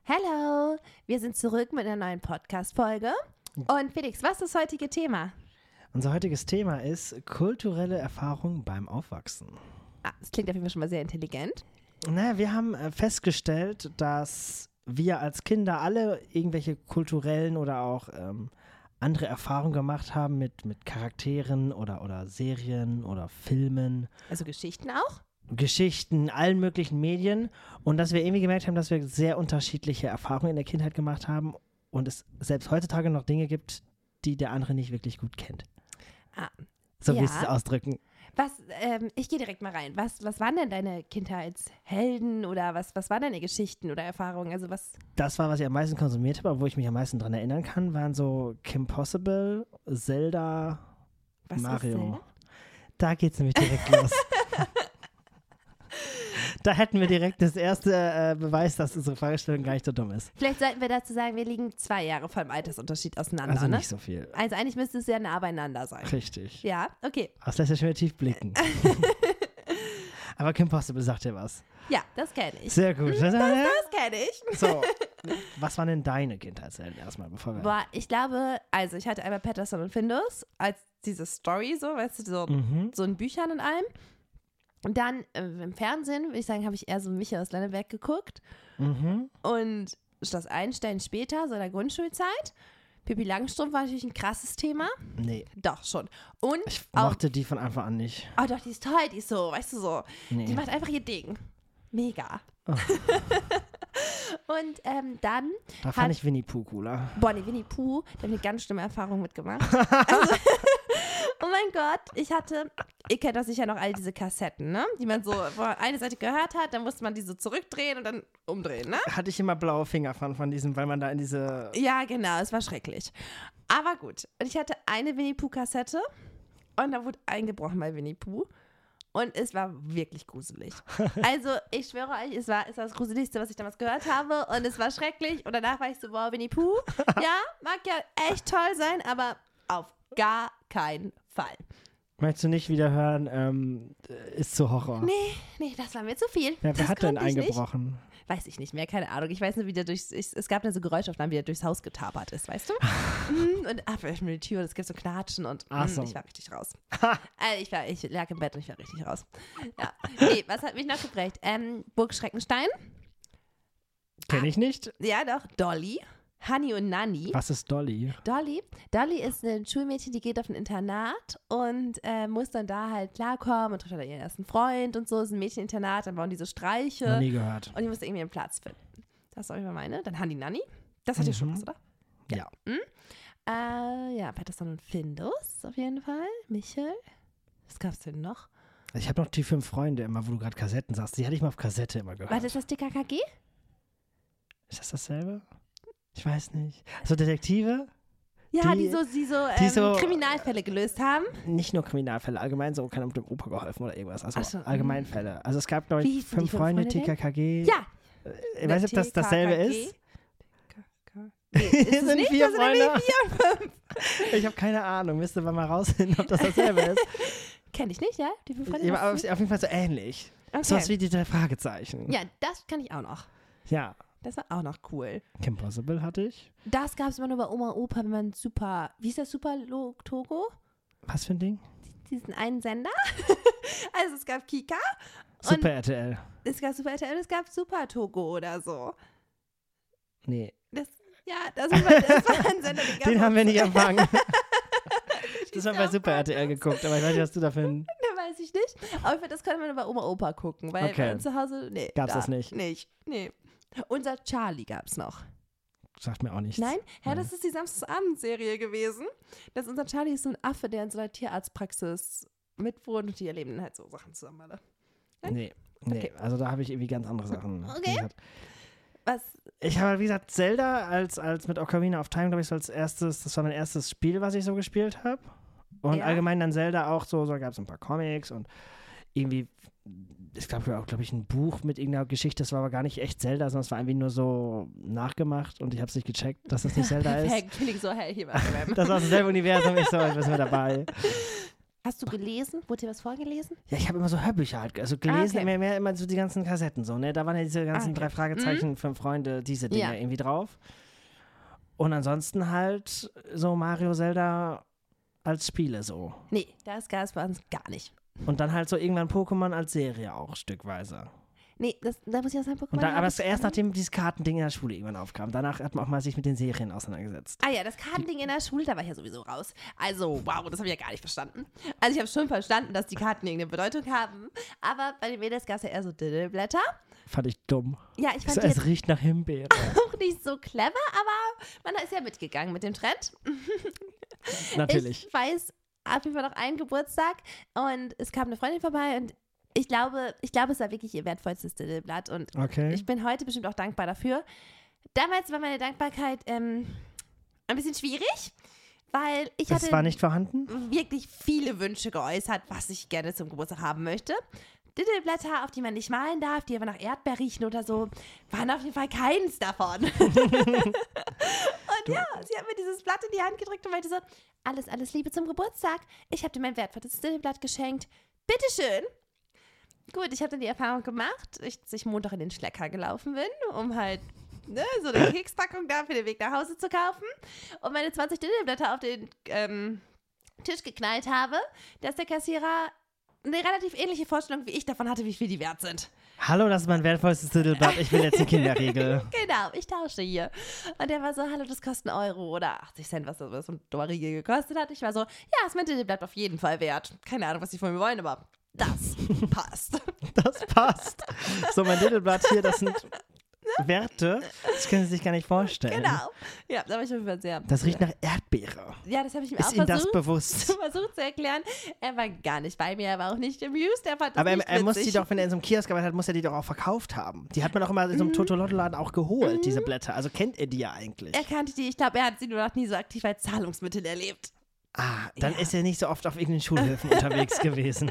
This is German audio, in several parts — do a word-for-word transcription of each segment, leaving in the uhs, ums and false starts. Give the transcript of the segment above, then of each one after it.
Hallo, wir sind zurück mit einer neuen Podcast-Folge. Und Felix, was ist das heutige Thema? Unser heutiges Thema ist kulturelle Erfahrung beim Aufwachsen. Ah, das klingt auf jeden Fall schon mal sehr intelligent. Naja, wir haben äh, festgestellt, dass wir als Kinder alle irgendwelche kulturellen oder auch ähm, andere Erfahrungen gemacht haben mit, mit Charakteren oder, oder Serien oder Filmen. Also Geschichten auch? Geschichten, allen möglichen Medien und dass wir irgendwie gemerkt haben, dass wir sehr unterschiedliche Erfahrungen in der Kindheit gemacht haben und es selbst heutzutage noch Dinge gibt, die der andere nicht wirklich gut kennt. Ah, so ja. wie es ausdrücken. Was, ähm, ich gehe direkt mal rein. Was, was waren denn deine Kindheitshelden oder was, was waren deine Geschichten oder Erfahrungen? Also was? Das war, was ich am meisten konsumiert habe, aber wo ich mich am meisten dran erinnern kann, waren so Kim Possible, Zelda, Was Mario. ist Zelda? Da geht's nämlich direkt los. Da hätten wir direkt das erste äh, Beweis, dass unsere Fragestellung gar nicht so dumm ist. Vielleicht sollten wir dazu sagen, wir liegen zwei Jahre vom Altersunterschied auseinander, Also ne? nicht so viel. Also eigentlich müsste es ja nah beieinander sein. Richtig. Ja, okay. Das lässt ja schon wieder tief blicken. Aber Kim Possible sagt dir was. Ja, das kenne ich. Sehr gut. Das, das kenne ich. So, was waren denn deine Kindheitshelden erstmal, bevor wir... Boah, ich glaube, also ich hatte einmal Patterson und Findus als diese Story so, weißt du, so, Mhm. so in Büchern und allem. Und dann äh, im Fernsehen, würde ich sagen, habe ich eher so Micha aus Lenneberg geguckt. Mhm. Und Schloss Einstein später, so in der Grundschulzeit. Pippi Langstrumpf war natürlich ein krasses Thema. Nee, Doch, schon. Und ich auch, mochte die von Anfang an nicht. oh doch, die ist toll, die ist so, weißt du so, Nee. die macht einfach ihr Ding. Mega. Oh. Und ähm, dann, Da hat- fand ich Winnie Pooh cooler. Bonnie Winnie Pooh, da habe ich eine ganz schlimme Erfahrung mitgemacht. Also, oh mein Gott, ich hatte, ihr kennt doch sicher noch all diese Kassetten, ne? Die man so, wo man eine Seite gehört hat, dann musste man die so zurückdrehen und dann umdrehen, ne? Hatte ich immer blaue Finger von, von diesem, weil man da in diese... Ja, genau, es war schrecklich. Aber gut, und ich hatte eine Winnie Pooh-Kassette und da wurde eingebrochen bei Winnie Pooh. Und es war wirklich gruselig. Also, ich schwöre euch, es war, es war das Gruseligste, was ich damals gehört habe. Und es war schrecklich. Und danach war ich so, wow, Winnie Pooh, ja, mag ja echt toll sein, aber auf gar keinen Fall. Möchtest du nicht wieder hören, ähm, ist zu Horror? Nee, nee, das war mir zu viel. Ja, wer das hat denn konnte ich nicht. eingebrochen? Weiß ich nicht mehr, keine Ahnung. Ich weiß nur, wie der durchs, ich, es gab dann so Geräuschaufnahmen, wie der durchs Haus getapert ist, weißt du? mm, und ach, vielleicht mit der Tür, es gibt so Knatschen und Ach mm, so. ich war richtig raus. also ich, war, ich lag im Bett und ich war richtig raus. Ja. Nee, was hat mich noch geprägt? Ähm, Burg Schreckenstein. Kenn ich nicht. Ja, doch. Dolly. Honey und Nanny. Was ist Dolly? Dolly. Dolly ist ein Schulmädchen, die geht auf ein Internat und äh, muss dann da halt klarkommen und trifft dann ihren ersten Freund und so. Es ist ein Mädcheninternat, dann bauen die so Streiche. Noch nie gehört. Und die musste irgendwie einen Platz finden. Das ist auch immer meine. Dann Honey Nanny. Das hat ihr schon Mhm. was, oder? Ja. Äh, ja, Patterson und Findus auf jeden Fall. Michel. Was gab's denn noch? Ich habe noch die fünf Freunde immer, wo du gerade Kassetten sagst. Die hatte ich mal auf Kassette immer gehört. War das das D K K G? Ist das dasselbe? Ich weiß nicht. So Detektive? Ja, Die- die, so, die so, die ähm, so- Kriminalfälle gelöst haben. Nicht nur Kriminalfälle, allgemein so, kann dem Opa geholfen oder irgendwas. Also Ach so, Allgemeinfälle. Also es gab, glaube Wie ich, hießen die fünf fünf Freunde, Freunde T K K G. Ja. Ich weiß nicht, ob das dasselbe ist. Nee, ist es sind nicht? vier Das sind irgendwie Freunde. vier und fünf. Ich habe keine Ahnung. Müsste man mal rausfinden, ob das dasselbe ist. Kenn ich nicht, ja? Die fünf Freunde. Ja, aber hast auf, du auf jeden Fall so ähnlich. nicht? So was Okay. wie die drei Fragezeichen. Ja, das kann ich auch noch. Ja. Das war auch noch cool. Kim Possible hatte ich. Das gab es immer nur bei Oma und Opa, wenn man super, wie ist das, Super Togo? Was für ein Ding? Diesen einen Sender. Also es gab Kika, Super R T L. es gab Super R T L und es gab Super Togo oder so. Nee, Das, ja, das war, das war ein Sender, den, den haben wir nicht empfangen. Das war haben wir bei Super R T L geguckt, aber ich weiß nicht, was du dafür ein... Da weiß ich nicht. Aber das konnte man bei Oma und Opa gucken, weil Okay. bei uns zu Hause, nee. Gab's da das nicht? Nicht, nee. Unser Charlie gab's noch. Sagt mir auch nichts. Nein? Ja, Nein. das ist die Samstagabendserie gewesen. Das ist unser Charlie ist so ein Affe, der in so einer Tierarztpraxis mitwohnt und die erleben dann halt so Sachen zusammen alle. Nee, nee. Okay. Also da habe ich irgendwie ganz andere Sachen. Okay. gehört. Was? Ich habe, wie gesagt, Zelda als, als mit Ocarina of Time, glaube ich, so als erstes, das war mein erstes Spiel, was ich so gespielt habe. Und Ja. allgemein dann Zelda auch so, so gab es ein paar Comics und irgendwie, es gab ja auch, glaube ich, ein Buch mit irgendeiner Geschichte, das war aber gar nicht echt Zelda, sondern es war irgendwie nur so nachgemacht und ich habe es nicht gecheckt, dass das nicht Zelda ist. Perfekt. Felix so, hey, hier war Das war dasselbe Universum, ich so, ich bin wir dabei. Hast du gelesen? Wurde dir was vorgelesen? Ja, ich habe immer so Hörbücher halt, also gelesen, Ah, okay. mehr, mehr immer so die ganzen Kassetten so, ne? Da waren ja diese ganzen Ah, okay. drei Fragezeichen, fünf Freunde, diese Dinge Ja. irgendwie drauf. Und ansonsten halt so Mario, Zelda als Spiele so. Nee, das gab es bei uns gar nicht. Und dann halt so irgendwann Pokémon als Serie auch stückweise. Nee, das, da muss ich auch sagen, Pokémon. Und dann, hab aber ich- erst nachdem dieses Kartending in der Schule irgendwann aufkam. Danach hat man auch mal sich mit den Serien auseinandergesetzt. Ah ja, das Kartending in der Schule, da war ich ja sowieso raus. Also, wow, das habe ich ja gar nicht verstanden. Also ich habe schon verstanden, dass die Karten irgendeine Bedeutung haben, aber bei den Mädels gab es ja eher so Diddleblätter. Fand ich dumm. Ja, ich fand So, die es jetzt riecht nach Himbeere. auch nicht so clever, aber man ist ja mitgegangen mit dem Trend. Natürlich. Ich weiß auf jeden Fall noch einen Geburtstag und es kam eine Freundin vorbei und ich glaube, ich glaube, es war wirklich ihr wertvollstes Diddleblatt und Okay. ich bin heute bestimmt auch dankbar dafür. Damals war meine Dankbarkeit ähm, ein bisschen schwierig, weil ich Das hatte war nicht vorhanden? wirklich viele Wünsche geäußert, was ich gerne zum Geburtstag haben möchte. Diddleblätter, auf die man nicht malen darf, die aber nach Erdbeer riechen oder so, waren auf jeden Fall keins davon. und ja, sie hat mir dieses Blatt in die Hand gedrückt und meinte so, alles, alles Liebe zum Geburtstag. Ich habe dir mein wertvolles Diddleblatt geschenkt. Bitteschön. Gut, ich habe dann die Erfahrung gemacht, als ich Montag in den Schlecker gelaufen bin, um halt ne, so eine Kekspackung da für den Weg nach Hause zu kaufen und meine zwanzig Diddleblätter auf den ähm, Tisch geknallt habe, dass der Kassierer eine relativ ähnliche Vorstellung wie ich davon hatte, wie viel die wert sind. Hallo, das ist mein wertvollstes Diddleblatt. Ich will jetzt eine Kinderriegel. Genau, ich tausche hier. Und der war so, hallo, das kostet einen Euro oder achtzig Cent, was das so ein Riegel gekostet hat. Ich war so, ja, ist mein Diddleblatt auf jeden Fall wert. Keine Ahnung, was die von mir wollen, aber das passt. Das passt. So, mein Diddleblatt hier, das sind Werte, das können Sie sich gar nicht vorstellen. Genau. Ja, da war ich auf jeden Fall sehr. Das riecht nach Erdbeere. Ja, das habe ich ihm Ist auch Ihnen das versucht, bewusst? versucht zu erklären. Er war gar nicht bei mir, er war auch nicht amused, er fand das Aber er, nicht er muss die witzig. doch, wenn er in so einem Kiosk gearbeitet hat, muss er die doch auch verkauft haben. Die hat man auch immer in so einem Totolotto-Laden auch geholt, diese Blätter. Also kennt er die ja eigentlich. Er kannte die, ich glaube, er hat sie nur noch nie so aktiv als Zahlungsmittel erlebt. Ah, dann Ja. ist er nicht so oft auf irgendeinen Schulhöfen unterwegs gewesen.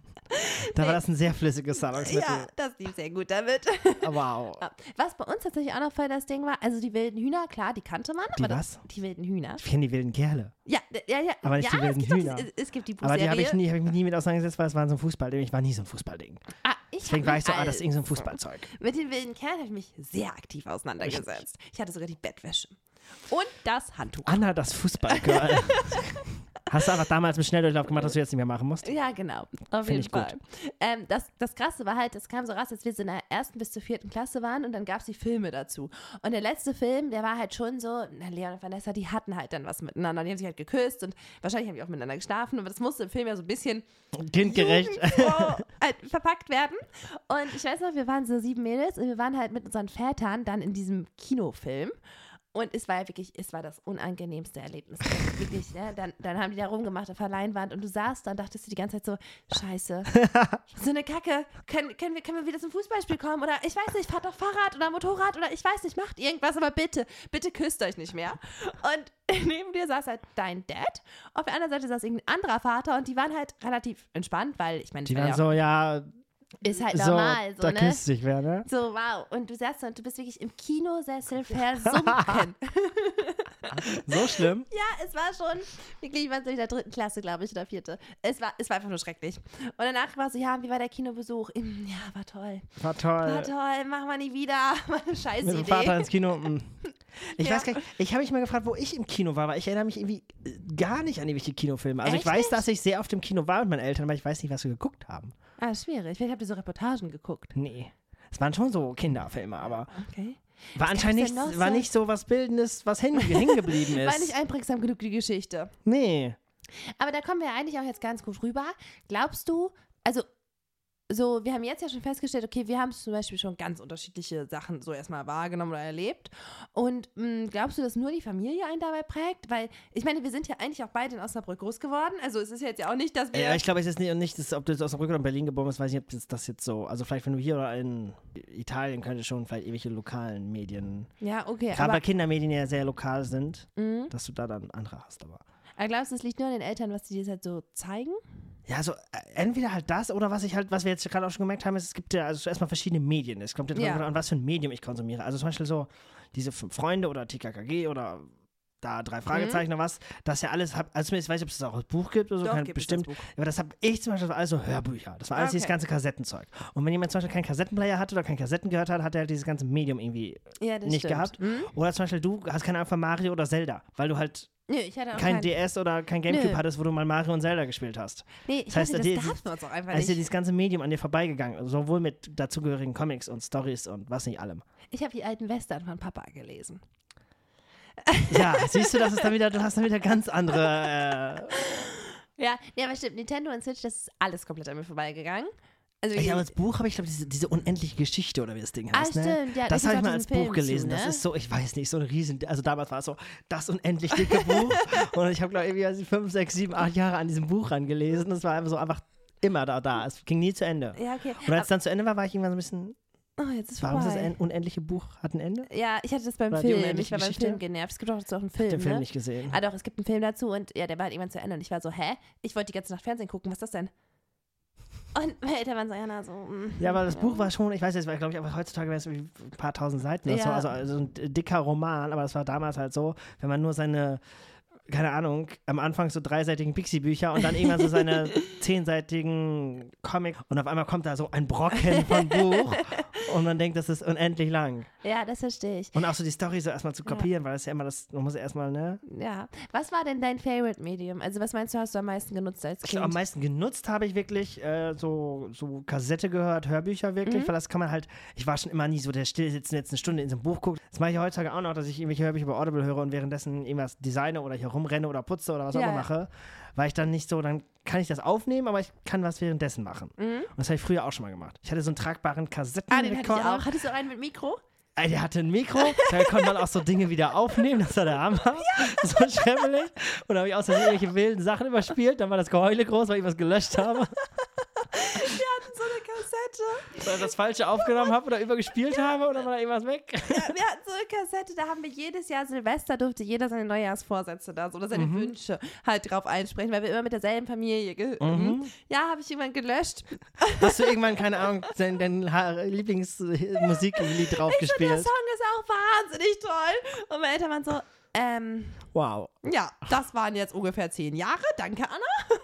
Da war das ein sehr flüssiges Zahlungsmittel. Ja, das lief sehr gut damit. Wow. Was bei uns tatsächlich auch noch voll das Ding war, also die wilden Hühner, klar, die kannte man. Die aber was? Das, die wilden Hühner. Ich kenne die wilden Kerle. Ja, d- ja, ja. Aber nicht ja, die wilden es gibt Hühner. Auch, es, es gibt die Aber die habe ich, Buchserie. nie- hab ich mich nie mit auseinandergesetzt, weil es war so ein Fußballding. Ich war nie so ein Fußballding. Ah, ich Deswegen hab war mich ich so, ah, das ist irgend so ein als- Fußballzeug. Mit den wilden Kerlen habe ich mich sehr aktiv auseinandergesetzt. Ich hatte sogar die Bettwäsche. Und das Handtuch. Anna, das Fußballgirl. Hast du einfach damals einen Schnelldurchlauf gemacht, dass du jetzt nicht mehr machen musst? Ja, genau. Auf Find jeden ich gut. Fall. Ähm, das, das Krasse war halt, das kam so raus, als wir so in der ersten bis zur vierten Klasse waren und dann gab es die Filme dazu. Und der letzte Film, der war halt schon so, na, Leon und Vanessa, die hatten halt dann was miteinander. Die haben sich halt geküsst und wahrscheinlich haben die auch miteinander geschlafen, aber das musste im Film ja so ein bisschen Kindgerecht. jugendfroh halt verpackt werden. Und ich weiß noch, wir waren so sieben Mädels und wir waren halt mit unseren Vätern dann in diesem Kinofilm. Und es war ja wirklich, es war das unangenehmste Erlebnis. Wirklich, ne? Dann, dann haben die da rumgemacht auf der Leinwand und du saßt da und dachtest du die ganze Zeit so, scheiße, so eine Kacke, können, können, wir, können wir wieder zum Fußballspiel kommen? Oder ich weiß nicht, fahrt doch Fahrrad oder Motorrad oder ich weiß nicht, macht irgendwas, aber bitte, bitte küsst euch nicht mehr. Und neben dir saß halt dein Dad, auf der anderen Seite saß irgendein anderer Vater und die waren halt relativ entspannt, weil ich meine, Die es war waren ja so, ja, ist halt so, normal, so, da ne? küsst sich wer, ne? So, wow. Und du saßt da und du bist wirklich im Kinosessel versunken. So schlimm. Ja, es war schon, wirklich, ich war so in der dritten Klasse, glaube ich, oder vierte. Es war, es war einfach nur schrecklich. Und danach war so, ja, wie war der Kinobesuch? Mm, Ja, war toll. War toll. War toll, machen wir nie wieder. War eine scheiß Mit dem Idee. Vater ins Kino. mm. Ich Ja. weiß gar nicht, ich habe mich mal gefragt, wo ich im Kino war, weil ich erinnere mich irgendwie äh, gar nicht an irgendwelche Kinofilme. Also Echt ich weiß, nicht? dass ich sehr oft im Kino war mit meinen Eltern, aber ich weiß nicht, was wir geguckt haben. Ah, schwierig. Vielleicht habt ihr so Reportagen geguckt. Nee. Es waren schon so Kinderfilme, aber Okay. war anscheinend gab's nicht, denn noch war so? nicht so was Bildendes, was hängen, hängen geblieben ist. War nicht einprägsam genug, die Geschichte. Nee. Aber da kommen wir eigentlich auch jetzt ganz gut rüber. Glaubst du, also so, wir haben jetzt ja schon festgestellt, okay, wir haben zum Beispiel schon ganz unterschiedliche Sachen so erstmal wahrgenommen oder erlebt. Und mh, glaubst du, dass nur die Familie einen dabei prägt? Weil, ich meine, wir sind ja eigentlich auch beide in Osnabrück groß geworden. Also es ist ja jetzt ja auch nicht, dass wir... Ja, ich glaube, es ist nicht, und nicht das, ob du jetzt aus dem Rücken oder in Berlin geboren bist, weiß ich nicht, ob das, das jetzt so, also vielleicht wenn du hier oder in Italien könnte schon vielleicht irgendwelche lokalen Medien, ja, okay, gerade aber, weil Kindermedien ja sehr lokal sind, mh, dass du da dann andere hast, aber. aber glaubst du, es liegt nur an den Eltern, was die dir halt so zeigen? Ja, also äh, entweder halt das oder was ich halt, was wir jetzt gerade auch schon gemerkt haben, ist, es gibt ja also erstmal verschiedene Medien. Es kommt ja Ja. drauf an, was für ein Medium ich konsumiere. Also zum Beispiel so diese fünf Freunde oder T K K G oder da drei Fragezeichen mhm. oder was, das ja alles, hab, also ich weiß nicht, ob es das auch als Buch gibt oder so, Doch, kann, gibt bestimmt, es das Buch. aber das habe ich zum Beispiel, das war alles so Hörbücher, das war alles Okay. dieses ganze Kassettenzeug. Und wenn jemand zum Beispiel keinen Kassettenplayer hatte oder kein Kassetten gehört hat, hat er halt dieses ganze Medium irgendwie ja, das nicht stimmt. gehabt. Mhm. Oder zum Beispiel du hast keine Ahnung von Mario oder Zelda, weil du halt Nö, ich hatte auch kein kein D S oder kein Gamecube Nö. hattest, wo du mal Mario und Zelda gespielt hast. Nee, ich Das heißt, hatte, die- das die- gab's bei uns auch einfach Da ist ja nicht. dieses ganze Medium an dir vorbeigegangen, sowohl mit dazugehörigen Comics und Stories und was nicht allem. Ich habe die alten Western von Papa gelesen. Ja, siehst du, das ist dann wieder, du hast dann wieder ganz andere. Äh, Ja, nee, aber stimmt, Nintendo und Switch, das ist alles komplett an mir vorbeigegangen. Also ich wirklich- habe als Buch, habe ich glaube, diese, diese unendliche Geschichte oder wie das Ding Ah, heißt. Ne? stimmt, ja, das da habe ich gibt's mal auch als diesen Buch Film gelesen. zu, Das ne? ist so, ich weiß nicht, so ein riesen, also damals war es so, das unendlich dicke Buch. Und ich habe, glaube ich, irgendwie als ich fünf, sechs, sieben, acht Jahre an diesem Buch rangelesen. Das war einfach so einfach immer da, da. Es ging nie zu Ende. Ja, okay. Und als es dann zu Ende war, war ich irgendwann so ein bisschen, Oh, jetzt ist warum ist das vorbei. ein unendliche Buch, hat ein Ende? Ja, ich hatte das beim Oder die Film. Ich unendliche war beim Geschichte? Film genervt. Es gibt auch dazu auch einen Ich habe Film, den Film ne? nicht gesehen. Ah doch, es gibt einen Film dazu und ja, der war halt irgendwann zu Ende und ich war so, hä? Ich wollte die ganze Nacht Fernsehen gucken, was ist das denn? Und meine Eltern waren so, ja, na, so, mm, Ja, aber das Buch war schon, ich weiß jetzt, glaube ich, aber heutzutage wäre es irgendwie ein paar tausend Seiten oder Ja. so, also, also ein dicker Roman, aber das war damals halt so, wenn man nur seine, keine Ahnung, am Anfang so dreiseitigen Pixie-Bücher und dann irgendwann so seine zehnseitigen Comic und auf einmal kommt da so ein Brocken von Buch und man denkt, das ist unendlich lang. Ja, das verstehe ich. Und auch so die Story so erstmal zu kopieren, weil das ja immer das, man muss ja erstmal, ne? Ja. Was war denn dein Favorite Medium? Also was meinst du, hast du am meisten genutzt als Ich Kind? glaub, am meisten genutzt habe ich wirklich äh, so, so Kassette gehört, Hörbücher wirklich, Mhm. weil das kann man halt, ich war schon immer nie so der Stillsitzen, jetzt eine Stunde in so einem Buch guckt. Das mache ich heutzutage auch noch, dass ich irgendwelche Hörbücher über Audible höre und währenddessen irgendwas designe oder hier rumrenne oder putze oder was auch Ja, immer ja. mache, weil ich dann nicht so, dann kann ich das aufnehmen, aber ich kann was währenddessen machen. Mhm. Und das habe ich früher auch schon mal gemacht. Ich hatte so einen tragbaren Ah, den Kassettenrekorder. hatte ich auch. Hattest du einen mit Mikro? Ey, der hatte ein Mikro, da konnte man auch so Dinge wieder aufnehmen, das war der Hammer. So schrebbelig. Und da habe ich außerdem irgendwelche wilden Sachen überspielt, dann war das Geheule groß, weil ich was gelöscht habe. Wir hatten so eine Kassette. Weil ich das Falsche aufgenommen habe oder übergespielt habe oder war da irgendwas weg? Ja, wir hatten so eine Kassette, da haben wir jedes Jahr Silvester, durfte jeder seine Neujahrsvorsätze da so oder seine Mhm. Wünsche halt drauf einsprechen, weil wir immer mit derselben Familie ge Mhm. Ja, habe ich irgendwann gelöscht. Hast du irgendwann, keine Ahnung, dein, dein Ha- Lieblingsmusiklied drauf Der gespielt? Song ist auch wahnsinnig toll. Und meine Eltern waren so, ähm, Wow. ja, das waren jetzt ungefähr zehn Jahre. Danke, Anna.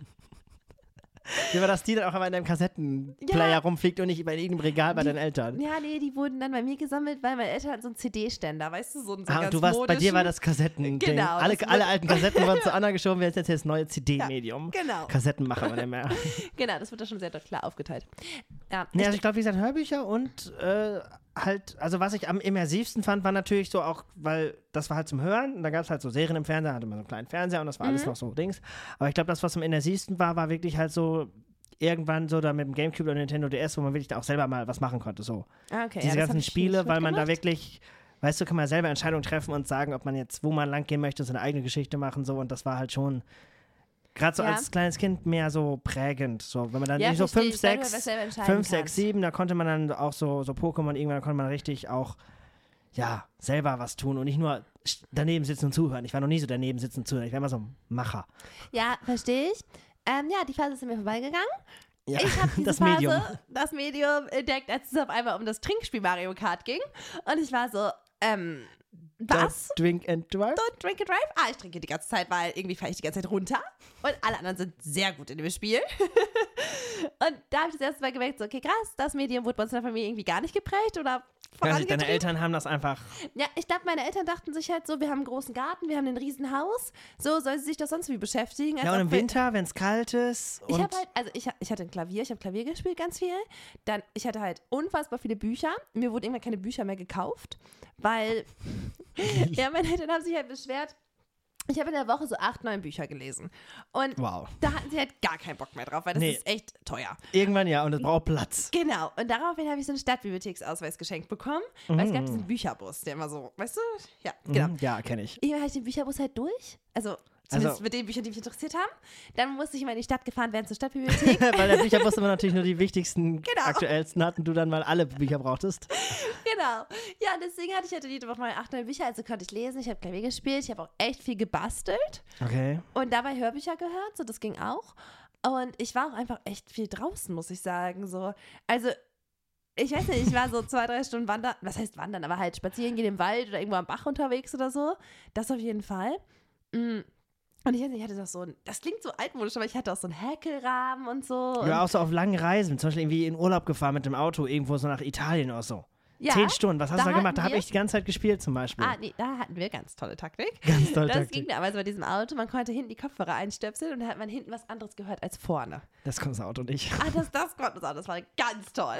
Wie war das, die dann auch einmal in deinem Kassettenplayer Ja. rumfliegt und nicht über in irgendeinem Regal bei deinen Eltern? Ja, nee, die wurden dann bei mir gesammelt, weil meine Eltern hatten so einen C D-Ständer, weißt du, so einen so Ah, ganz und du warst, bei dir war modischen. das Kassetten. Genau, Alle, das alle wird- alten Kassetten wurden zu Anna geschoben, wir sind jetzt das neue C D-Medium. Genau, Kassettenmacher oder mehr. genau, das wird da schon sehr klar aufgeteilt. Ja, Nee, ich- also ich glaube, wie gesagt, Hörbücher und äh, halt, also was ich am immersivsten fand, war natürlich so auch, weil das war halt zum Hören, und da gab es halt so Serien im Fernseher, hatte man so einen kleinen Fernseher und das war alles Mhm. noch so Dings. Aber ich glaube, das, was am immersivsten war, war wirklich halt so irgendwann so da mit dem Gamecube oder Nintendo D S, wo man wirklich da auch selber mal was machen konnte, so. ah, okay, Diese ja, das hab ganzen ich Spiele, nicht weil man da mitgemacht. wirklich, weißt du, kann man selber Entscheidungen treffen und sagen, ob man jetzt, wo man lang gehen möchte, seine eigene Geschichte machen, so, und das war halt schon gerade so Ja. als kleines Kind mehr so prägend, so, wenn man dann Ja, irgendwie so verstehe fünf, ich, weil du sechs, was selber entscheiden fünf, kannst. sechs, sieben, da konnte man dann auch so, so Pokémon irgendwann, da konnte man richtig auch, ja, selber was tun und nicht nur st- daneben sitzen und zuhören. Ich war noch nie so daneben sitzen und zuhören, ich war immer so ein Macher. Ja, verstehe ich. Ähm, ja, die Phase ist an mir vorbeigegangen. Ja, Ich habe diese das Phase, Medium. das Medium entdeckt, als es auf einmal um das Trinkspiel Mario Kart ging. Und ich war so, ähm, was? Don't drink and drive? Don't drink and drive? Ah, ich trinke die ganze Zeit, weil irgendwie fahre ich die ganze Zeit runter. Und alle anderen sind sehr gut in dem Spiel. Und da habe ich das erste Mal gemerkt, so, okay, krass, das Medium wurde bei uns in der Familie irgendwie gar nicht geprägt oder Ja, vorangetrieben. deine Eltern haben das einfach, Ja, ich glaube, meine Eltern dachten sich halt so, wir haben einen großen Garten, wir haben ein Riesenhaus, so soll sie sich doch sonst wie beschäftigen. als ja, und ob im wir- Winter, wenn es kalt ist Ich und habe halt, also ich, ich hatte ein Klavier, ich habe Klavier gespielt ganz viel. Dann, ich hatte halt unfassbar viele Bücher. Mir wurden irgendwann keine Bücher mehr gekauft, weil, ja, meine Eltern haben sich halt beschwert. Ich habe in der Woche so acht, neun Bücher gelesen. Und wow. da hatten sie halt gar keinen Bock mehr drauf, weil das Nee. ist echt teuer. Irgendwann ja, und es braucht Platz. Genau. Und daraufhin habe ich so einen Stadtbibliotheksausweis geschenkt bekommen, weil es gab Mhm. diesen Bücherbus, der immer so, weißt du? Ja, genau. Mhm, ja, kenne ich. Irgendwann hatte ich den Bücherbus halt durch. Also zumindest Also- mit den Büchern, die mich interessiert haben. Dann musste ich immer in die Stadt gefahren werden zur Stadtbibliothek. Weil der Bücherbus immer natürlich nur die wichtigsten, Genau. aktuellsten hatten, du dann mal alle Bücher brauchtest. Genau. Ja, und deswegen hatte ich halt jede Woche mal acht, neun Bücher, also konnte ich lesen, ich habe Klavier gespielt, ich habe auch echt viel gebastelt Okay. und dabei Hörbücher gehört, so das ging auch. Und ich war auch einfach echt viel draußen, muss ich sagen. So. Also ich weiß nicht, ich war so zwei, drei Stunden wandern, was heißt wandern, aber halt spazieren gehen im Wald oder irgendwo am Bach unterwegs oder so. Das auf jeden Fall. Und ich weiß nicht, ich hatte doch so ein, das klingt so altmodisch, aber ich hatte auch so einen Häkelrahmen und so. Ja, auch so auf langen Reisen, zum Beispiel irgendwie in Urlaub gefahren mit dem Auto, irgendwo so nach Italien oder so. Ja, Zehn Stunden, was hast da du da gemacht? Da hatten habe wir- ich die ganze Zeit gespielt zum Beispiel. Ah, nee, da hatten wir ganz tolle Taktik. Ganz toll Das Taktik. ging damals bei diesem Auto, man konnte hinten die Kopfhörer einstöpseln und da hat man hinten was anderes gehört als vorne. Das konnte das Auto nicht. Ah, das, das konnte es auch, das war ganz toll.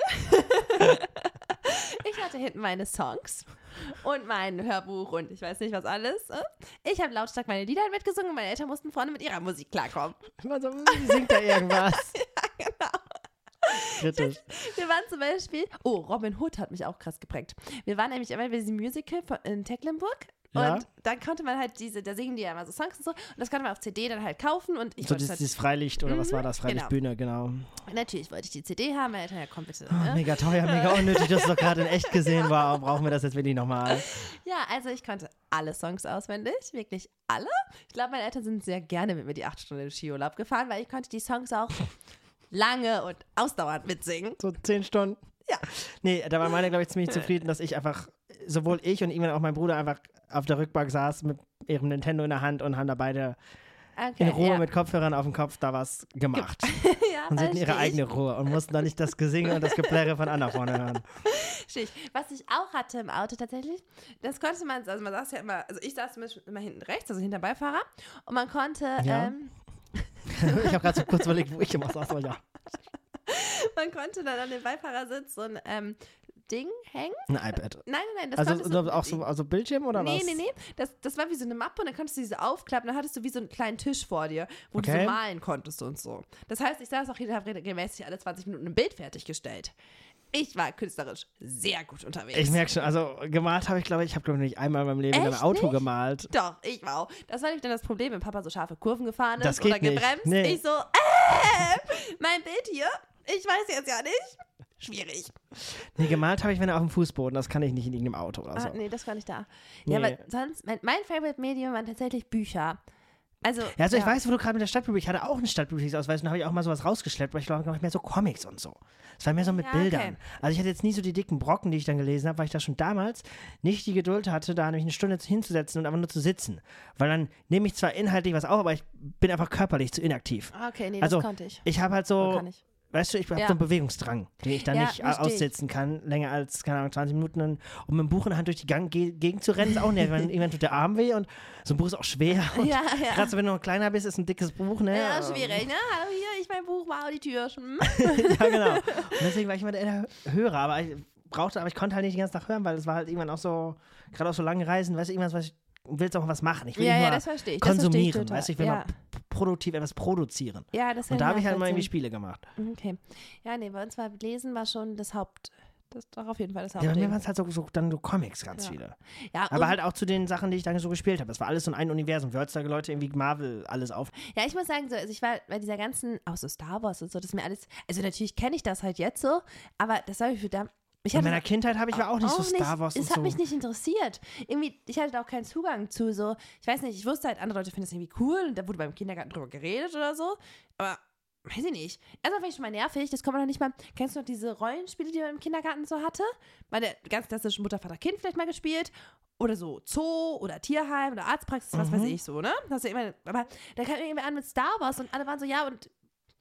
Ich hatte hinten meine Songs und mein Hörbuch und ich weiß nicht was alles. Ich habe lautstark meine Lieder mitgesungen und meine Eltern mussten vorne mit ihrer Musik klarkommen. Immer so, hm, singt da irgendwas. Genau. Kritisch. Wir waren zum Beispiel, oh, Robin Hood hat mich auch krass geprägt. Wir waren nämlich einmal bei diesem Musical von, in Tecklenburg. Ja. Und dann konnte man halt diese, da singen die ja immer so Songs und so. Und das konnte man auf C D dann halt kaufen. Und ich So wollte dieses, halt, dieses Freilicht oder was Mhm, war das? Freilichtbühne, genau. natürlich wollte ich die C D haben. Meine Eltern, ja komm bitte. Oh, Ne? mega teuer, mega unnötig. Das ist doch gerade in echt gesehen. Wow, brauchen wir das jetzt wirklich nochmal? Ja, also ich konnte alle Songs auswendig. Wirklich alle. Ich glaube, meine Eltern sind sehr gerne mit mir die acht Stunden im Skiurlaub gefahren, weil ich konnte die Songs auch lange und ausdauernd mitsingen. So zehn Stunden? Ja. Nee, da war meine, glaube ich, ziemlich zufrieden, dass ich einfach, sowohl ich und irgendwann auch mein Bruder einfach auf der Rückbank saß mit ihrem Nintendo in der Hand und haben da beide Okay, in Ruhe ja. mit Kopfhörern auf dem Kopf da was gemacht. ja, Und sie hatten ihre verstehe ich. eigene Ruhe und mussten dann nicht das Gesinge und das Geplärre von Anna vorne hören. Verstehe ich. Was ich auch hatte im Auto tatsächlich, das konnte man, also man saß ja immer, also ich saß immer hinten rechts, also hinter dem Beifahrer und man konnte, Ja. ähm, Ich habe gerade so kurz überlegt, wo ich immer saß, aber ja. man konnte dann an dem Beifahrersitz so ein ähm, Ding hängen. Ein iPad. Nein, nein, nein, das Also konntest so, du, auch so also Bildschirm oder nee, was? nee, nee, das, das war wie so eine Mappe und dann konntest du diese aufklappen, dann hattest du wie so einen kleinen Tisch vor dir, wo du Okay. so malen konntest und so. Das heißt, ich saß auch jeder regelmäßig alle zwanzig Minuten ein Bild fertiggestellt. Ich war künstlerisch sehr gut unterwegs. Ich merke schon, also gemalt habe ich, glaube ich, ich habe glaube ich nicht einmal in meinem Leben in einem Echt Auto nicht? gemalt. Doch, ich war auch. Das war nämlich dann das Problem, wenn Papa so scharfe Kurven gefahren ist Das geht oder nicht. gebremst. Nee. Ich so, äh, mein Bild hier, ich weiß jetzt ja nicht. Schwierig. Nee, gemalt habe ich, wenn er auf dem Fußboden, das kann ich nicht in irgendeinem Auto oder so. Ah, nee, das war nicht da. Nee. Ja, aber sonst, mein, mein Favorite-Medium waren tatsächlich Bücher. Also, Ja, also ich weiß, wo du gerade mit der Stadtbibliothek, ich hatte auch einen Stadtbibliotheksausweis und da habe ich auch mal sowas rausgeschleppt, aber ich glaube, mehr so Comics und so. Es war mehr so mit Ja, okay. Bildern. Also ich hatte jetzt nie so die dicken Brocken, die ich dann gelesen habe, weil ich da schon damals nicht die Geduld hatte, da nämlich eine Stunde hinzusetzen und einfach nur zu sitzen. Weil dann nehme ich zwar inhaltlich was auf, aber ich bin einfach körperlich zu inaktiv. Okay, nee, Also, das konnte ich. Ich habe halt so, Kann ich. weißt du, ich habe Ja. so einen Bewegungsdrang, den ich dann Ja, nicht versteh ich. aussitzen kann, länger als, keine Ahnung, zwanzig Minuten. Und mit dem Buch in der Hand durch die Gang ge Gegend zu rennen, ist auch nervig. Weil irgendwann tut der Arm weh und so ein Buch ist auch schwer. Und Ja, ja. gerade so, wenn du noch kleiner bist, ist ein dickes Buch, ne? Ja, schwierig, ne? Hallo hier, ich mein Buch, wow, die Tür. Hm? Ja, genau. Und deswegen war ich immer der Hörer, aber ich brauchte, aber ich konnte halt nicht den ganzen Tag hören, weil es war halt irgendwann auch so, gerade auf so langen Reisen, weißt du, irgendwas, was ich willst auch was machen. Ich will Ja, nicht ja, nur das verstehe ich. Das verstehe ich konsumieren, total. weißt du, ich will ja. mal p- produktiv etwas produzieren. Ja, das Und da habe ich halt immer irgendwie nachvollziehen. Spiele gemacht. Okay. Ja, nee, bei uns war Lesen war schon das Haupt, das war auf jeden Fall das Ja, bei mir Hauptding. waren es halt so, so dann so Comics, ganz Ja. viele. Ja, Aber und- halt auch zu den Sachen, die ich dann so gespielt habe. Das war alles so ein Universum. Heutzutage Leute irgendwie Marvel alles auf. Ja, ich muss sagen, so, also ich war bei dieser ganzen, auch so Star Wars und so, das ist mir alles, also natürlich kenne ich das halt jetzt so, aber das war ich für da. Ich In hatte meiner Kindheit habe ich war auch nicht so Star Wars Es und hat so. mich nicht interessiert. Irgendwie, ich hatte da auch keinen Zugang zu so, ich weiß nicht, ich wusste halt, andere Leute finden das irgendwie cool und da wurde beim Kindergarten drüber geredet oder so, aber weiß ich nicht. Erstmal finde ich schon mal nervig, das kommt man noch nicht mal, kennst du noch diese Rollenspiele, die man im Kindergarten so hatte? Meine ganz klassische Mutter, Vater, Kind vielleicht mal gespielt oder so Zoo oder Tierheim oder Arztpraxis, was Mhm. weiß ich so, ne? Das ist ja immer, aber da kam irgendwie an mit Star Wars und alle waren so, ja und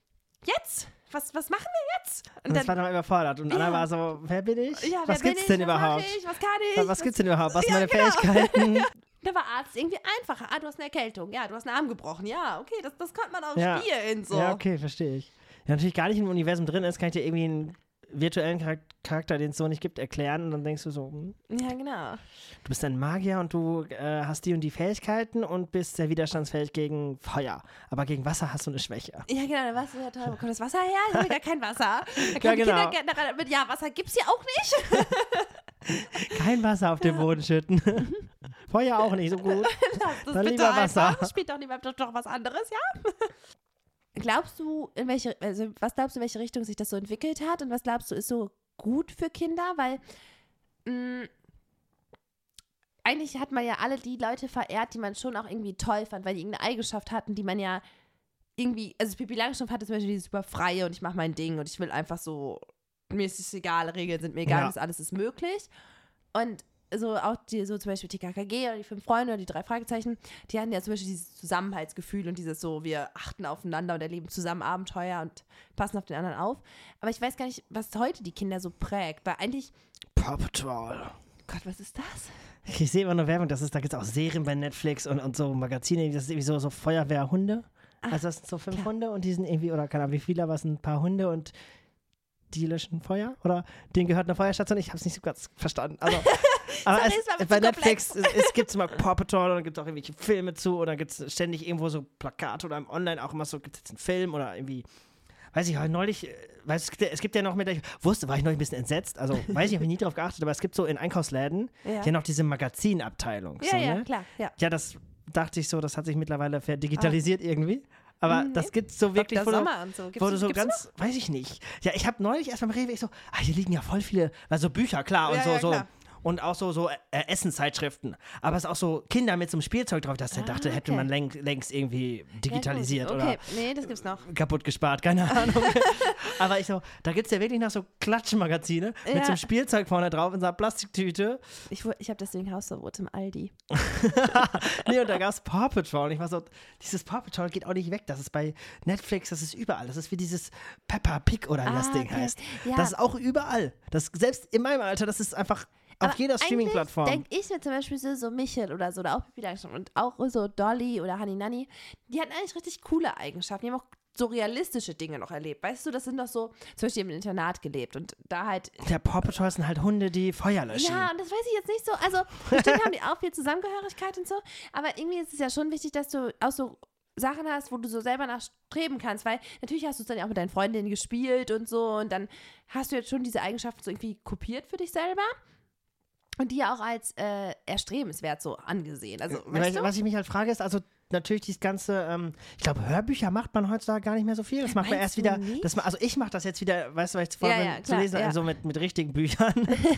jetzt? Was, was machen wir jetzt? Und das war dann überfordert. Und Anna Ja. war so, wer bin ich? ja, wer was bin gibt's ich? denn was überhaupt? Mach ich? Was kann ich? Was gibt's denn überhaupt? Was sind Ja, meine genau. Fähigkeiten? Da war Arzt irgendwie einfacher. Ah, du hast eine Erkältung. Ja, du hast einen Arm gebrochen. Ja, okay, das, das konnte man auch Ja. spielen. So. Ja, okay, verstehe ich. Ja, natürlich gar nicht im Universum drin ist, kann ich dir irgendwie einen virtuellen Charak- Charakter, den es so nicht gibt, erklären. Und dann denkst du so, hm, Ja, genau. du bist ein Magier und du äh, hast die und die Fähigkeiten und bist sehr widerstandsfähig gegen Feuer. Aber gegen Wasser hast du eine Schwäche. Ja, genau, da warst du ja toll. Wo kommt das Wasser her? Ich habe gar kein Wasser. Da kam Ja, die genau. Kindergärtnerin mit, ja, Wasser gibt's hier auch nicht. Kein Wasser auf den Boden schütten. Feuer auch nicht so gut. Lass das Dann bitte lieber Wasser. einfach. Spielt doch lieber doch, doch was anderes, ja? Glaubst du, in welche, also was glaubst du, in welche Richtung sich das so entwickelt hat und was glaubst du, ist so gut für Kinder? Weil mh, eigentlich hat man ja alle die Leute verehrt, die man schon auch irgendwie toll fand, weil die irgendeine Eigenschaft hatten, die man ja irgendwie, also Pippi Langstrumpf hatte zum Beispiel dieses super Freie und ich mache mein Ding und ich will einfach so mir ist es egal, Regeln sind mir egal, Ja. das alles ist möglich. Und so auch die, so zum Beispiel T K K G oder die fünf Freunde oder die drei Fragezeichen, die hatten ja zum Beispiel dieses Zusammenhaltsgefühl und dieses so, wir achten aufeinander und erleben zusammen Abenteuer und passen auf den anderen auf. Aber ich weiß gar nicht, was heute die Kinder so prägt, weil eigentlich, Paw Patrol. Gott, was ist das? Ich sehe immer nur Werbung, das ist, da gibt es auch Serien bei Netflix und, und so Magazine, das ist irgendwie so, so Feuerwehrhunde. Ach, Also das sind so fünf klar. Hunde und die sind irgendwie, oder keine Ahnung wie viele, aber es sind ein paar Hunde und die löschen Feuer oder denen gehört eine Feuerstation. Ich habe es nicht so ganz verstanden. Also, aber Sorry, es, es war mir bei zu Netflix es, es gibt immer Paw Patrol und dann gibt es auch irgendwelche Filme zu und dann gibt es ständig irgendwo so Plakate oder im Online auch immer so, gibt es jetzt einen Film oder irgendwie, weiß ich, neulich, äh, weiß, es, gibt ja, es gibt ja noch mit, ich wusste, war ich neulich ein bisschen entsetzt, also weiß ich, habe ich nie drauf geachtet, aber es gibt so in Einkaufsläden Ja, ja noch diese Magazinabteilung. ja, so, ja ne? klar, ja. Ja, das dachte ich so, das hat sich mittlerweile verdigitalisiert irgendwie. Aber Mhm, das gibt's so wirklich, Doktor wo du, Sommer und so. Gibt's, wo du so gibt's ganz, weiß ich nicht. Ja, ich habe neulich erst beim Rewe, ich so, ah, hier liegen ja voll viele, also Bücher, klar, und Ja, so, ja, so. klar. Und auch so, so äh, Essenszeitschriften. Aber es ist auch so Kinder mit so einem Spielzeug drauf, das Ah, ich dachte, hätte okay. man läng, längst irgendwie digitalisiert ja, gut. oder Okay, nee, das gibt's noch. kaputt gespart, keine Ahnung. Aber ich so, da gibt es ja wirklich noch so Klatschmagazine Ja. mit so einem Spielzeug vorne drauf in so einer Plastiktüte. Ich, wu- ich habe deswegen Hausverbot im Aldi. Nee, und da gab es Paw Patrol. Und ich war so, dieses Paw Patrol geht auch nicht weg. Das ist bei Netflix, das ist überall. Das ist wie dieses Peppa Pig oder wie das Ah, Ding okay. heißt. Ja. Das ist auch überall. Das, selbst in meinem Alter, das ist einfach auf Aber jeder Streaming-Plattform. denke ich mir zum Beispiel so, so Michel oder so, oder auch Pippi Langstrumpf und auch so Dolly oder Honey Nanny, die hatten eigentlich richtig coole Eigenschaften. Die haben auch so realistische Dinge noch erlebt. Weißt du, das sind doch so, zum Beispiel im Internat gelebt und da halt. Der Paw Patrol sind halt Hunde, die Feuer löschen. Ja, und das weiß ich jetzt nicht so. Also, bestimmt haben die auch viel Zusammengehörigkeit und so, aber irgendwie ist es ja schon wichtig, dass du auch so Sachen hast, wo du so selber nachstreben kannst, weil natürlich hast du es dann ja auch mit deinen Freundinnen gespielt und so und dann hast du jetzt schon diese Eigenschaften so irgendwie kopiert für dich selber. Und die ja auch als äh, erstrebenswert so angesehen. Also, weißt Weil, du? was ich mich halt frage, ist also natürlich dieses ganze, ähm, ich glaube, Hörbücher macht man heutzutage gar nicht mehr so viel. Das macht man Meinst erst du wieder, nicht? das, ma- also ich mache das jetzt wieder, weißt du, weil ich vorher Ja, bin, ja, zu klar, lesen, ja. also mit, mit richtigen Büchern.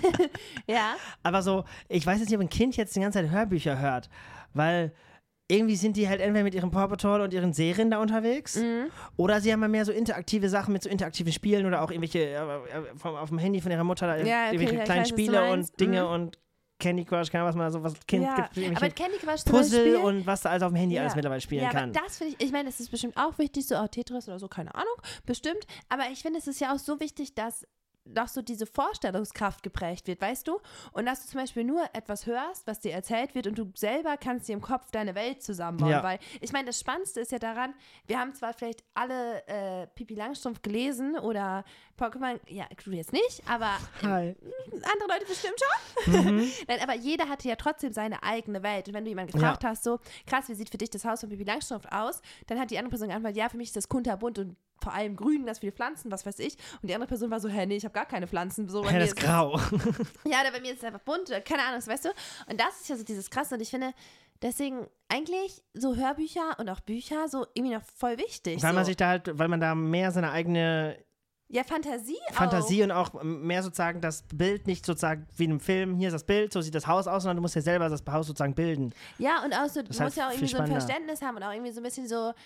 Ja. Aber so, ich weiß jetzt nicht, ob ein Kind jetzt die ganze Zeit Hörbücher hört, weil irgendwie sind die halt entweder mit ihrem Paw Patrol und ihren Serien da unterwegs Mhm. oder sie haben mal mehr so interaktive Sachen mit so interaktiven Spielen oder auch irgendwelche äh, äh, vom, auf dem Handy von ihrer Mutter da Ja, okay, irgendwelche ja, ich kleinen weiß, was du Spiele meinst. und Dinge Mhm. und Candy Crush, keine Ahnung, was man so, was Kind ja. gibt, Aber irgendwelche Candy Crush zum Puzzle Beispiel, und was da alles auf dem Handy ja. alles mittlerweile spielen ja, kann. aber das finde ich, ich meine, das ist bestimmt auch wichtig, so auch Tetris oder so, keine Ahnung, bestimmt. Aber ich finde, es ist ja auch so wichtig, dass doch so diese Vorstellungskraft geprägt wird, weißt du? Und dass du zum Beispiel nur etwas hörst, was dir erzählt wird und du selber kannst dir im Kopf deine Welt zusammenbauen. Ja. Weil, ich meine, das Spannendste ist ja daran, wir haben zwar vielleicht alle äh, Pippi Langstrumpf gelesen oder Pokémon, ja, du jetzt nicht, aber Hi. andere Leute bestimmt schon. Mhm. Nein, aber jeder hatte ja trotzdem seine eigene Welt. Und wenn du jemanden gefragt hast, so, krass, wie sieht für dich das Haus von Pippi Langstrumpf aus? Dann hat die andere Person geantwortet, ja, für mich ist das kunterbunt und vor allem grün, das viele Pflanzen, was weiß ich. Und die andere Person war so, hä, nee, ich habe gar keine Pflanzen. So, bei Ja, mir das ist es- grau. Ja, oder bei mir ist es einfach bunt, oder keine Ahnung, weißt du? Und das ist ja so dieses Krasse. Und ich finde, deswegen eigentlich so Hörbücher und auch Bücher so irgendwie noch voll wichtig. Weil so. man sich da halt, weil man da mehr seine eigene ja, Fantasie auch. Fantasie und auch mehr sozusagen das Bild nicht sozusagen wie in einem Film, hier ist das Bild, so sieht das Haus aus, sondern du musst ja selber das Haus sozusagen bilden. Ja, und auch so, du ist musst halt ja auch viel irgendwie so ein spannender. Verständnis haben und auch irgendwie so ein bisschen so,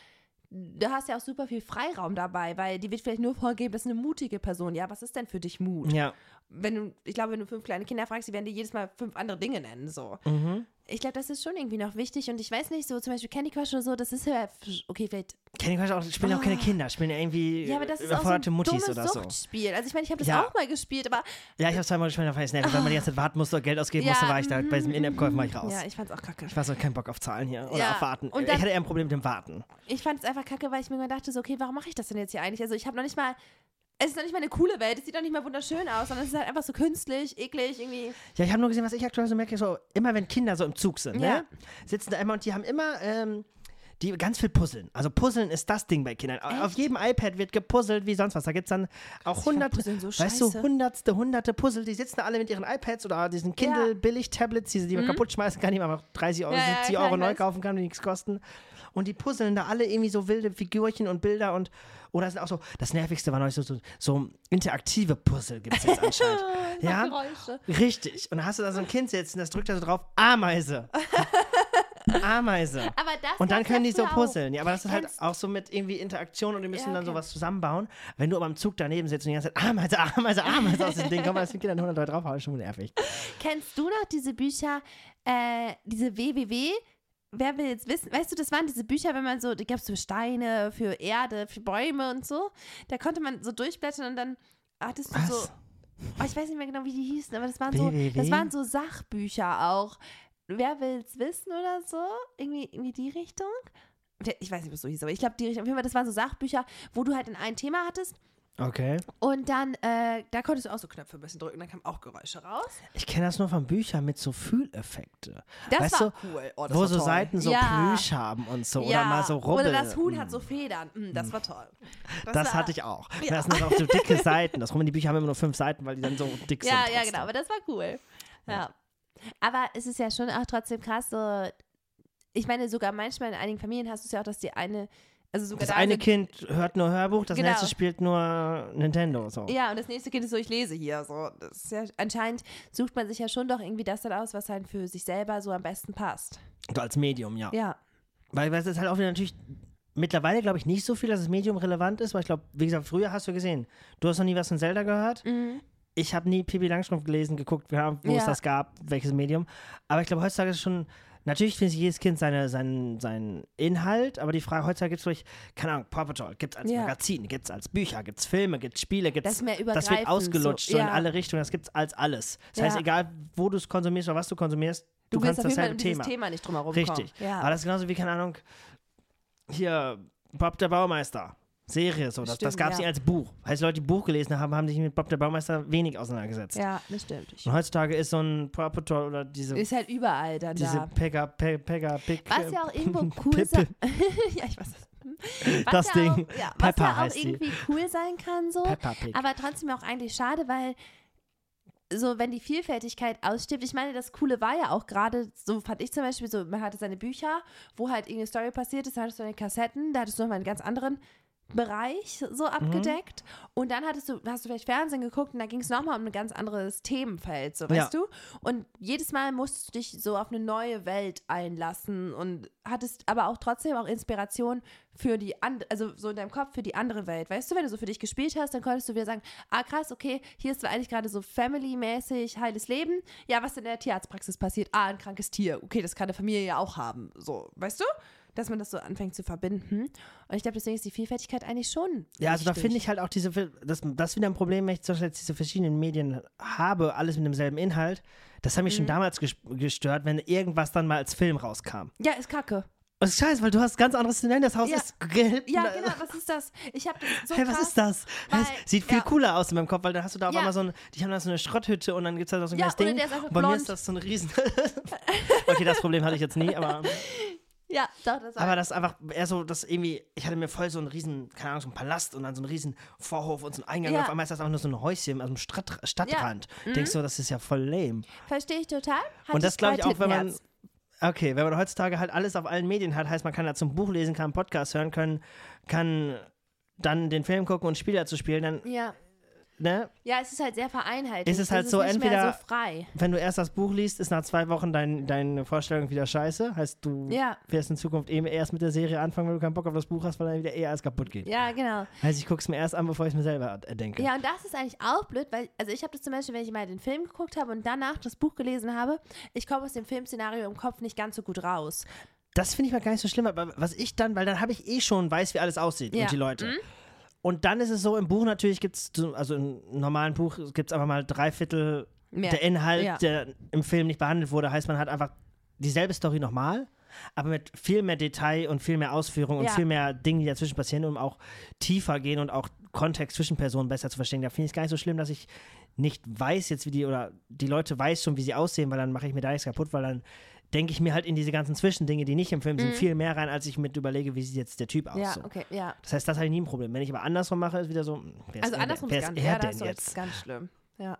du hast ja auch super viel Freiraum dabei, weil die wird vielleicht nur vorgeben, das ist eine mutige Person. Ja, was ist denn für dich Mut? Ja. Wenn du, ich glaube, wenn du fünf kleine Kinder fragst, die werden dir jedes Mal fünf andere Dinge nennen, so. Mhm. Ich glaube, das ist schon irgendwie noch wichtig und ich weiß nicht, so zum Beispiel Candy Crush oder so, das ist ja, okay, vielleicht, Candy Crush auch, spielen auch keine Oh. Kinder, spielen ja irgendwie ja, aber das ist auch so überforderte ein Muttis dummes oder so. Suchtspiel. Also ich meine, ich habe das Ja. auch mal gespielt, aber Ja, ich habe zweimal gespielt, da war ich nervig, weil man die ganze Zeit warten musste, Geld ausgeben musste, Ja, war ich da halt bei diesem In-App-Käufen war ich raus. ja, ich fand's auch kacke. Ich war so, kein Bock auf Zahlen hier oder Ja, auf Warten. und Ich dann- hatte eher ein Problem mit dem Warten. Ich fand es einfach kacke, weil ich mir immer dachte, so, okay, warum mache ich das denn jetzt hier eigentlich? Also ich habe noch nicht mal, es ist noch nicht mal eine coole Welt, es sieht noch nicht mal wunderschön aus, sondern es ist halt einfach so künstlich, eklig, irgendwie. Ja, ich habe nur gesehen, was ich aktuell so merke, so immer wenn Kinder so im Zug sind, Ja. ne, sitzen da immer und die haben immer ähm, die ganz viel puzzeln. Also puzzeln ist das Ding bei Kindern. Echt? Auf jedem iPad wird gepuzzelt wie sonst was. Da gibt es dann auch Ich fand hunderte, Puzzeln so weißt du, scheiße. hundertste, hunderte Puzzle. Die sitzen da alle mit ihren iPads oder diesen Kindle-Billig-Tablets, die, die man kaputt schmeißen kann, die man aber dreißig Euro, Mhm. Ja, ja, siebzig klar, Euro ich neu weiß. kaufen kann, die nichts kosten. Und die puzzeln da alle irgendwie so wilde Figürchen und Bilder und oder es sind auch so, das Nervigste war neulich so, so, so interaktive Puzzle gibt es jetzt anscheinend. Ja. Ja, richtig. Und da hast du da so ein Kind sitzen, das drückt da so drauf, Ameise. eine Ameise. Aber das und dann gab's können ja die so früher puzzeln. Ja, aber das ist halt Kennst- auch so mit irgendwie Interaktion und die müssen Ja, dann okay. sowas zusammenbauen. Wenn du aber am Zug daneben sitzt und die ganze Zeit Ameise, Ameise, Ameise aus dem Ding kommt, das sind Kinder hundert Leute draufhauen, ist schon nervig. Kennst du noch diese Bücher, äh, diese W W W? Wer will jetzt wissen? Weißt du, das waren diese Bücher, wenn man so, da gab es so Steine für Erde, für Bäume und so. Da konnte man so durchblättern und dann hattest du Was? so, oh, ich weiß nicht mehr genau, wie die hießen, aber das waren W W W? so, das waren so Sachbücher auch. Wer will's wissen oder so? Irgendwie, irgendwie die Richtung? Ich weiß nicht, was so hieß, aber ich glaube, die Richtung. Auf jeden Fall, das waren so Sachbücher, wo du halt in ein Thema hattest. Okay. Und dann, äh, da konntest du auch so Knöpfe ein bisschen drücken, dann kamen auch Geräusche raus. Ich kenne das nur von Büchern mit so Fühleffekte. Das weißt war du, cool. Oh, das wo war so toll. Seiten so ja. Plüsch haben und so. Ja. Oder mal so Rubbel. Oder das Huhn Mm. hat so Federn. Mm, das war toll. Das, war, hatte ich auch. Ja. Das sind dann auch so dicke Seiten. Das rum, die Bücher haben immer nur fünf Seiten, weil die dann so dick sind. Ja, ja, trotzdem. genau. Aber das war cool. Ja. ja. Aber es ist ja schon auch trotzdem krass, so. Ich meine, sogar manchmal in einigen Familien hast du es ja auch, dass die eine. Also sogar Das da eine sind, Kind hört nur Hörbuch, das Genau. nächste spielt nur Nintendo. So. Ja, und das nächste Kind ist so, ich lese hier. So. Das ist ja, anscheinend sucht man sich ja schon doch irgendwie das dann aus, was halt für sich selber so am besten passt. Du als Medium, ja. Ja. Weil, weil es ist halt auch wieder natürlich mittlerweile, glaube ich, nicht so viel, dass das Medium relevant ist, weil ich glaube, wie gesagt, früher hast du gesehen, du hast noch nie was von Zelda gehört. Mhm. Ich habe nie Pippi Langstrumpf gelesen, geguckt, wo Ja. es das gab, welches Medium. Aber ich glaube, heutzutage ist es schon, natürlich findet jedes Kind seine, seinen, seinen Inhalt, aber die Frage, heutzutage gibt es durch, keine Ahnung, Paw Patrol, gibt es als Ja. Magazin, gibt es als Bücher, gibt es Filme, gibt es Spiele, gibt Das es, ist mehr das übergreifend. wird ausgelutscht, so, so ja. in alle Richtungen, das gibt es als alles. Das Ja. heißt, egal, wo du es konsumierst oder was du konsumierst, du, Du willst kannst auf jeden Fall dasselbe um dieses Thema. Thema nicht drumherum Richtig. kommen. Ja. Aber das ist genauso wie, keine Ahnung, hier, Bob der Baumeister. Serie, so. Das, das Stimmt, gab es ja. nicht als Buch. Heißt, Leute, die Buch gelesen haben, haben sich mit Bob der Baumeister wenig auseinandergesetzt. ja, das stimmt. Und heutzutage ist so ein Paw Patrol oder diese, Ist halt überall dann diese da. Pega, Pe, Pega, Pig. Was ja auch irgendwo äh, cool Pippe. sein ja, ich weiß das. Was Das ja Ding. Auch, ja, was Peppa ja auch heißt die. irgendwie cool sein kann, so. Peppa Pig. Aber trotzdem auch eigentlich schade, weil so, wenn die Vielfältigkeit ausstirbt, ich meine, das Coole war ja auch gerade, so fand ich zum Beispiel, so, man hatte seine Bücher, wo halt irgendeine Story passiert ist, da hattest du deine Kassetten, da hattest du nochmal einen ganz anderen Bereich so abgedeckt und dann hattest du, hast du vielleicht Fernsehen geguckt und da ging es nochmal um ein ganz anderes Themenfeld, so weißt Ja. du? Und jedes Mal musstest du dich so auf eine neue Welt einlassen und hattest aber auch trotzdem auch Inspiration für die andere, also so in deinem Kopf für die andere Welt, weißt du? Wenn du so für dich gespielt hast, dann konntest du wieder sagen, ah krass, okay, hier ist zwar eigentlich gerade so Family-mäßig heiles Leben, ja, was in der Tierarztpraxis passiert? Ah, ein krankes Tier, okay, das kann eine Familie ja auch haben, so, weißt du? Dass man das so anfängt zu verbinden. Und ich glaube, deswegen ist die Vielfältigkeit eigentlich schon Ja, also da wichtig. finde ich halt auch diese, das, das ist wieder ein Problem, wenn ich zum Beispiel jetzt diese verschiedenen Medien habe, alles mit demselben Inhalt. Das hat mich schon Mhm. damals ges- gestört, wenn irgendwas dann mal als Film rauskam. Ja, ist kacke. Das ist scheiße, weil du hast ganz anderes zu nennen, das Haus Ja. ist gelb. Ja, Na- genau, was ist das? Ich habe so Hey, krass, was ist das? weil- das sieht viel ja. cooler aus in meinem Kopf, weil dann hast du da auf Ja. einmal so ein, die haben da so eine Schrotthütte und dann gibt es da noch so ein Ja, kleines oder Ding. der ist einfach Und bei mir blond. ist das so ein riesen... Okay, das Problem hatte ich jetzt nie, aber... Ja, doch, das Aber das ist einfach eher so, dass irgendwie, ich hatte mir voll so einen riesen, keine Ahnung, so einen Palast und dann so einen riesen Vorhof und so einen Eingang. Ja. Und auf einmal ist das einfach nur so ein Häuschen, also ein Stadt, Stadtrand. Denkst du, das ist ja voll lame. verstehe ich total. Hatte Und das glaube ich bei auch, wenn man, Tittenherz. okay, wenn man heutzutage halt alles auf allen Medien hat, heißt, man kann da zum Buch lesen, kann einen Podcast hören, können, kann dann den Film gucken und Spiele dazu spielen, dann, Ja. ne? ja, es ist halt sehr vereinheitlicht. Es ist halt es so, nicht entweder- mehr so frei. Wenn du erst das Buch liest, ist nach zwei Wochen dein, deine Vorstellung wieder scheiße. Heißt, du Ja. wirst in Zukunft eben erst mit der Serie anfangen, wenn du keinen Bock auf das Buch hast, weil dann wieder eher alles kaputt geht. Ja, genau. Heißt, ich gucke es mir erst an, bevor ich es mir selber erdenke. Ja, und das ist eigentlich auch blöd, weil, also ich habe das zum Beispiel, wenn ich mal den Film geguckt habe und danach das Buch gelesen habe, ich komme aus dem Filmszenario im Kopf nicht ganz so gut raus. Das finde ich mal gar nicht so schlimm, aber was ich dann, weil dann habe ich eh schon weiß, wie alles aussieht Ja. und die Leute. Und dann ist es so, im Buch natürlich gibt es, also im normalen Buch gibt es einfach mal drei Viertel Mehr. der Inhalt, Ja. der im Film nicht behandelt wurde. Heißt, man hat einfach dieselbe Story nochmal, aber mit viel mehr Detail und viel mehr Ausführung und Ja. viel mehr Dingen, die dazwischen passieren, um auch tiefer gehen und auch Kontext zwischen Personen besser zu verstehen. Da finde ich es gar nicht so schlimm, dass ich nicht weiß jetzt, wie die, oder die Leute weiß schon, wie sie aussehen, weil dann mache ich mir da nichts kaputt, weil dann denke ich mir halt in diese ganzen Zwischendinge, die nicht im Film sind, viel mehr rein, als ich mit überlege, wie sieht jetzt der Typ aus. Mhm. Ja, so. okay, ja. Das heißt, das habe ich nie ein Problem. Wenn ich aber andersrum mache, ist wieder so, hm, wer ist Also er, andersrum wer ist ist ganz, er ja, da denn hast du recht, das jetzt? ist ganz schlimm. Ja.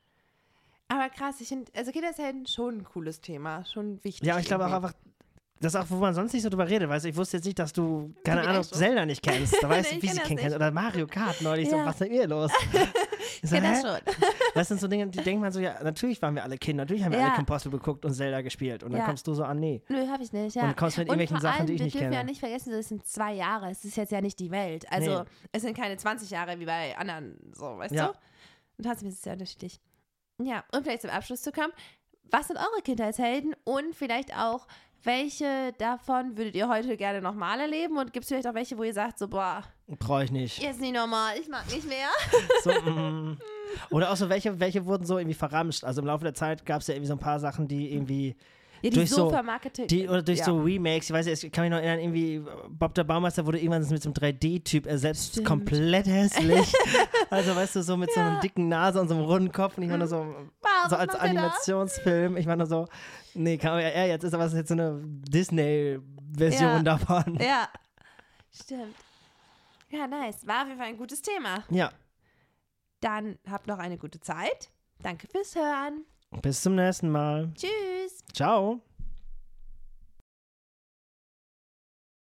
Aber krass, ich finde, also Kinderhelden schon ein cooles Thema, schon wichtig. Ja, aber ich glaube auch irgendwie. einfach, das ist auch, wo man sonst nicht so drüber redet. Weißt du, ich wusste jetzt nicht, dass du, keine Pippi Ahnung, Langstrumpf. Zelda nicht kennst. Da weißt Nee, du, ich wie kenn sie das kennen nicht. Oder Mario Kart neulich. Ja. So, was ist denn hier los? Ich so, kenn das hä? schon. Das sind so Dinge, die denkt man so, ja, natürlich waren wir alle Kinder, natürlich haben wir Ja. alle Kim Possible geguckt und Zelda gespielt. Und dann Ja. kommst du so an, nee. Nö, hab ich nicht, ja. Und kommst mit Und irgendwelchen vor Sachen, allem, die ich wir nicht dürfen kenne. ja nicht vergessen, das sind zwei Jahre. Es ist jetzt ja nicht die Welt. Also, Nee. es sind keine zwanzig Jahre wie bei anderen, so, weißt Ja. du? Und trotzdem ist es ja unterschiedlich. Ja, und vielleicht zum Abschluss zu kommen. Was sind eure Kindheitshelden? Und vielleicht auch, welche davon würdet ihr heute gerne nochmal erleben? Und gibt es vielleicht auch welche, wo ihr sagt, so, boah, Brauche ich nicht. jetzt nicht normal, ich mag nicht mehr? So, mm. Oder auch so, welche, welche wurden so irgendwie verramscht. Also im Laufe der Zeit gab es ja irgendwie so ein paar Sachen, die irgendwie Ja, die durch so so- vermarketet. Die, oder durch ja. so Remakes, ich weiß nicht, ich kann mich noch erinnern, irgendwie Bob der Baumeister wurde irgendwann mit so einem drei D-Typ ersetzt, Stimmt. komplett hässlich. Also weißt du, so mit so einer dicken Nase und so einem runden Kopf und ich war nur so, Wow, so was als macht der da? Animationsfilm, ich war nur so, nee, kann man ja, ja, jetzt ist aber jetzt so eine Disney-Version Ja. davon. Ja, stimmt. Ja, nice. War auf jeden Fall ein gutes Thema. Ja, Dann habt noch eine gute Zeit. Danke fürs Hören. bis zum nächsten Mal. Tschüss. Ciao.